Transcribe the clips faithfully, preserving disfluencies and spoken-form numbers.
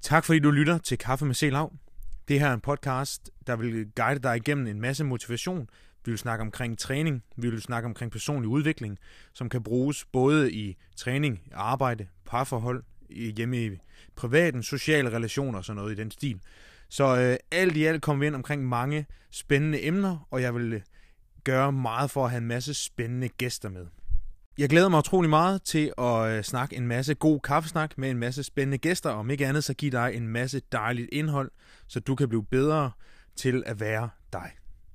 Tak fordi du lytter til Kaffe med C. Lav. Det her er en podcast, der vil guide dig igennem en masse motivation. Vi vil snakke omkring træning, vi vil snakke omkring personlig udvikling, som kan bruges både i træning, arbejde, parforhold, hjemme i privaten, sociale relationer og sådan noget i den stil. Så øh, alt i alt kommer vi ind omkring mange spændende emner, og jeg vil gøre meget for at have en masse spændende gæster med. Jeg glæder mig utrolig meget til at øh, snakke en masse god kaffesnak med en masse spændende gæster, og om ikke andet så give dig en masse dejligt indhold, så du kan blive bedre til at være dig.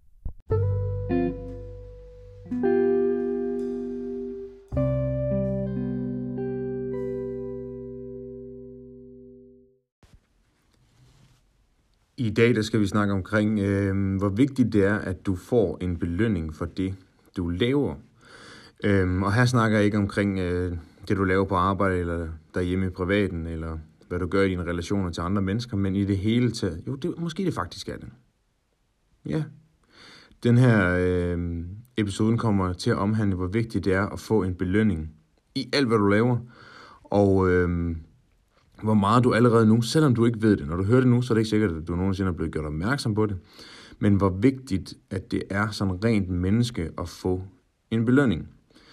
I dag der skal vi snakke omkring, øh, hvor vigtigt det er, at du får en belønning for det, du laver. Øh, og her snakker jeg ikke omkring øh, det, du laver på arbejde, eller derhjemme i privaten, eller hvad du gør i dine relationer til andre mennesker, men i det hele taget. Jo, det, måske det faktisk er det. Ja. Den her øh, episode kommer til at omhandle, hvor vigtigt det er at få en belønning i alt, hvad du laver. Og Øh, hvor meget du allerede nu, selvom du ikke ved det, når du hører det nu, så er det ikke sikkert, at du nogensinde er blevet gjort opmærksom på det, men hvor vigtigt, at det er sådan rent menneske at få en belønning.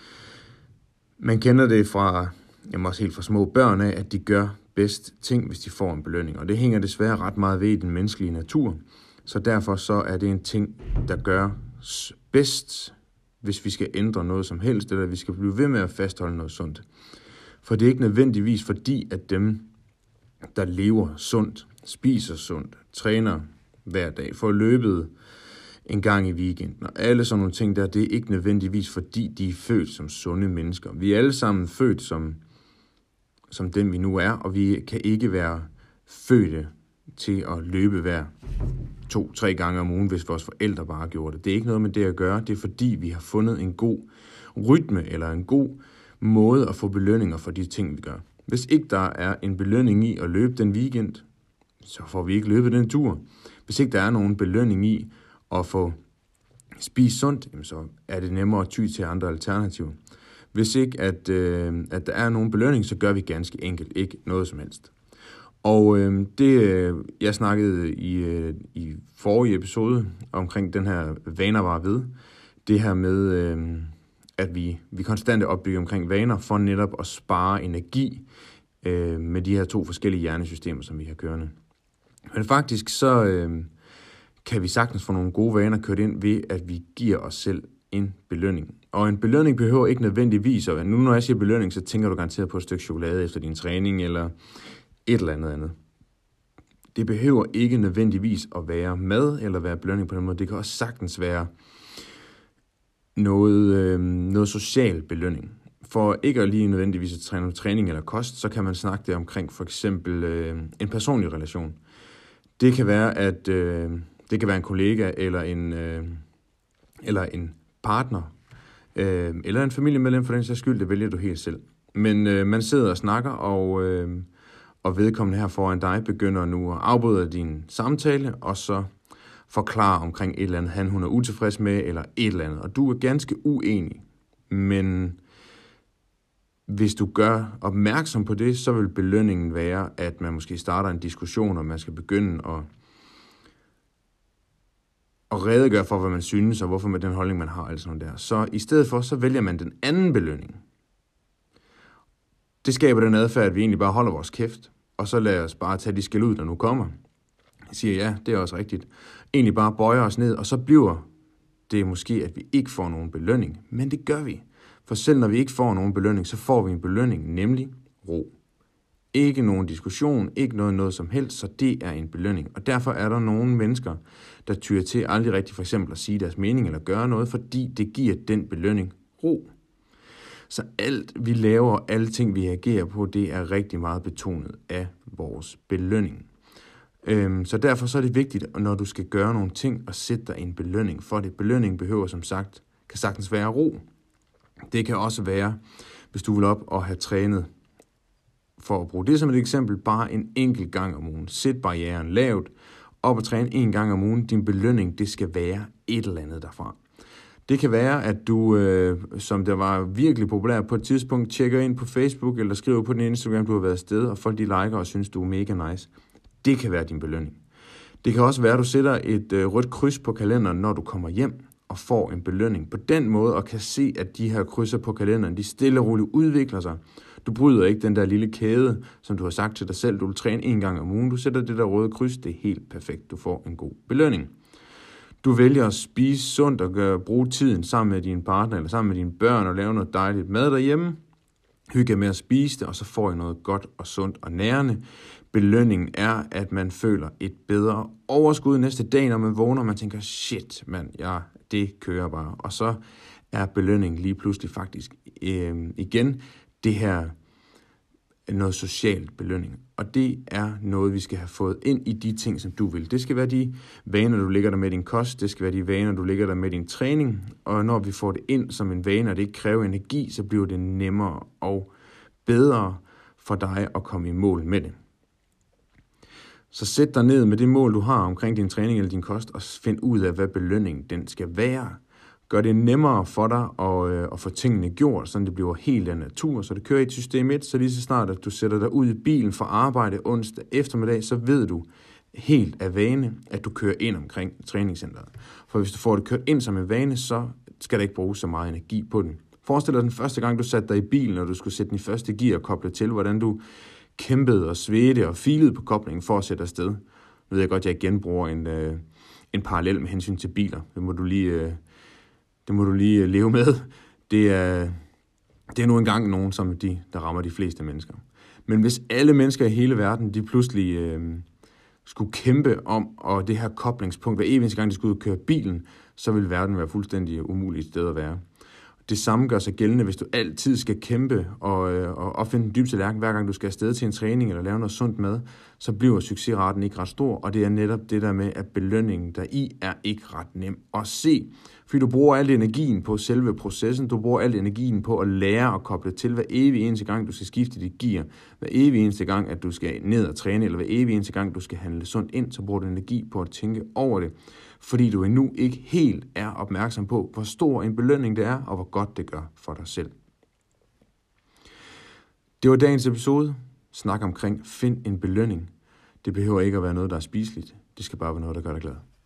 Man kender det fra, jamen også helt fra små børn af, at de gør bedst ting, hvis de får en belønning, og det hænger desværre ret meget ved i den menneskelige natur, så derfor så er det en ting, der gør bedst, hvis vi skal ændre noget som helst, eller vi skal blive ved med at fastholde noget sundt. For det er ikke nødvendigvis fordi, at dem, der lever sundt, spiser sundt, træner hver dag, får løbet en gang i weekenden, og alle sådan nogle ting der, det er ikke nødvendigvis fordi, de er født som sunde mennesker. Vi er alle sammen født som, som dem, vi nu er, og vi kan ikke være fødte til at løbe hver to, tre gange om ugen, hvis vores forældre bare gjorde det. Det er ikke noget med det at gøre, det er fordi, vi har fundet en god rytme, eller en god måde at få belønninger for de ting, vi gør. Hvis ikke der er en belønning i at løbe den weekend, så får vi ikke løbet den tur. Hvis ikke der er nogen belønning i at få spist sundt, så er det nemmere at ty til andre alternativer. Hvis ikke at, øh, at der er nogen belønning, så gør vi ganske enkelt ikke noget som helst. Og øh, det, øh, jeg snakkede i, øh, i forrige episode omkring den her vaner var ved, det her med Øh, at vi, vi konstant opbygger omkring vaner for netop at spare energi øh, med de her to forskellige hjernesystemer, som vi har kørende. Men faktisk så øh, kan vi sagtens få nogle gode vaner kørt ind ved, at vi giver os selv en belønning. Og en belønning behøver ikke nødvendigvis, og nu når jeg siger belønning, så tænker du garanteret på et stykke chokolade efter din træning, eller et eller andet andet. Det behøver ikke nødvendigvis at være mad, eller være belønning på den måde. Det kan også sagtens være Noget, øh, noget social belønning. For ikke at lige nødvendigvis at træne træning eller kost, så kan man snakke det omkring for eksempel øh, en personlig relation. Det kan være, at øh, det kan være en kollega eller en, øh, eller en partner, øh, eller en familiemedlem for den sags skyld, det vælger du helt selv. Men øh, man sidder og snakker, og, øh, og vedkommende her foran dig begynder nu at afbryde din samtale, og så forklare omkring et eller andet, han hun er utilfreds med, eller et eller andet. Og du er ganske uenig. Men hvis du gør opmærksom på det, så vil belønningen være, at man måske starter en diskussion, og man skal begynde at, at redegøre for, hvad man synes, og hvorfor med den holdning, man har. Altså sådan der. Så i stedet for, så vælger man den anden belønning. Det skaber den adfærd, at vi egentlig bare holder vores kæft, og så lader os bare tage de skæld ud, der nu kommer. Jeg siger, ja, det er også rigtigt. Egentlig bare bøjer os ned, og så bliver det måske, at vi ikke får nogen belønning. Men det gør vi. For selv når vi ikke får nogen belønning, så får vi en belønning, nemlig ro. Ikke nogen diskussion, ikke noget, noget som helst, så det er en belønning. Og derfor er der nogle mennesker, der tyrer til aldrig rigtig for eksempel at sige deres mening eller gøre noget, fordi det giver den belønning ro. Så alt vi laver, alle ting vi agerer på, det er rigtig meget betonet af vores belønning. Så derfor så er det vigtigt, når du skal gøre nogle ting, at sætte dig en belønning for det. Belønning behøver som sagt, kan sagtens være ro. Det kan også være, hvis du vil op og have trænet, for at bruge det som et eksempel, bare en enkelt gang om ugen. Sæt barrieren lavt, op og træne en gang om ugen. Din belønning, det skal være et eller andet derfra. Det kan være, at du, øh, som der var virkelig populær på et tidspunkt, tjekker ind på Facebook eller skriver på din Instagram, du har været afsted, og folk de liker og synes, du er mega nice. Det kan være din belønning. Det kan også være, at du sætter et øh, rødt kryds på kalenderen, når du kommer hjem og får en belønning. På den måde, og kan se, at de her krydser på kalenderen, de stille og roligt udvikler sig. Du bryder ikke den der lille kæde, som du har sagt til dig selv, du vil træne en gang om ugen. Du sætter det der røde kryds, det er helt perfekt. Du får en god belønning. Du vælger at spise sundt og gøre, bruge tiden sammen med din partner eller sammen med dine børn og lave noget dejligt mad derhjemme. Hygge med at spise det, og så får I noget godt og sundt og nærende. Belønningen er, at man føler et bedre overskud næste dag, når man vågner, og man tænker, shit, mand, ja, det kører bare. Og så er belønningen lige pludselig faktisk øh, igen det her noget socialt belønning. Og det er noget, vi skal have fået ind i de ting, som du vil. Det skal være de vaner, du lægger der med din kost. Det skal være de vaner, du lægger der med din træning. Og når vi får det ind som en vane, og det ikke kræver energi, så bliver det nemmere og bedre for dig at komme i mål med det. Så sæt dig ned med det mål, du har omkring din træning eller din kost, og find ud af, hvad belønningen den skal være. Gør det nemmere for dig at, øh, at få tingene gjort, så det bliver helt af natur. Så det kører i et system et, så lige så snart, at du sætter dig ud i bilen for arbejde onsdag eftermiddag, så ved du helt af vane, at du kører ind omkring træningscenteret. For hvis du får det kørt ind som en vane, så skal der ikke bruges så meget energi på den. Forestil dig den første gang, du satte dig i bilen, og du skulle sætte den i første gear og koble til, hvordan du kæmpede og svedte og filede på koblingen for at sætte afsted. Nu ved jeg godt, at jeg igen bruger en, øh, en parallel med hensyn til biler. Det må du lige... Øh, Det må du lige leve med. Det er, det er nu engang nogen, som de, der rammer de fleste mennesker. Men hvis alle mennesker i hele verden, de pludselig øh, skulle kæmpe om, og det her koblingspunkt, hver eneste gang de skulle ud og køre bilen, så vil verden være fuldstændig umuligt sted at være. Det samme gør sig gældende, hvis du altid skal kæmpe og, øh, og opfinde den dybeste lærken, hver gang du skal afsted til en træning eller lave noget sundt mad, så bliver succesraten ikke ret stor, og det er netop det der med, at belønningen der i er ikke ret nem at se. Fordi du bruger al energien på selve processen, du bruger al energien på at lære at koble til hver evig eneste gang, du skal skifte dit gear, hver evig eneste gang, at du skal ned og træne, eller hver evig eneste gang, du skal handle sundt ind, så bruger du energi på at tænke over det, fordi du endnu ikke helt er opmærksom på, hvor stor en belønning det er, og hvor godt det gør for dig selv. Det var dagens episode. Snak omkring find en belønning. Det behøver ikke at være noget, der er spiseligt. Det skal bare være noget, der gør dig glad.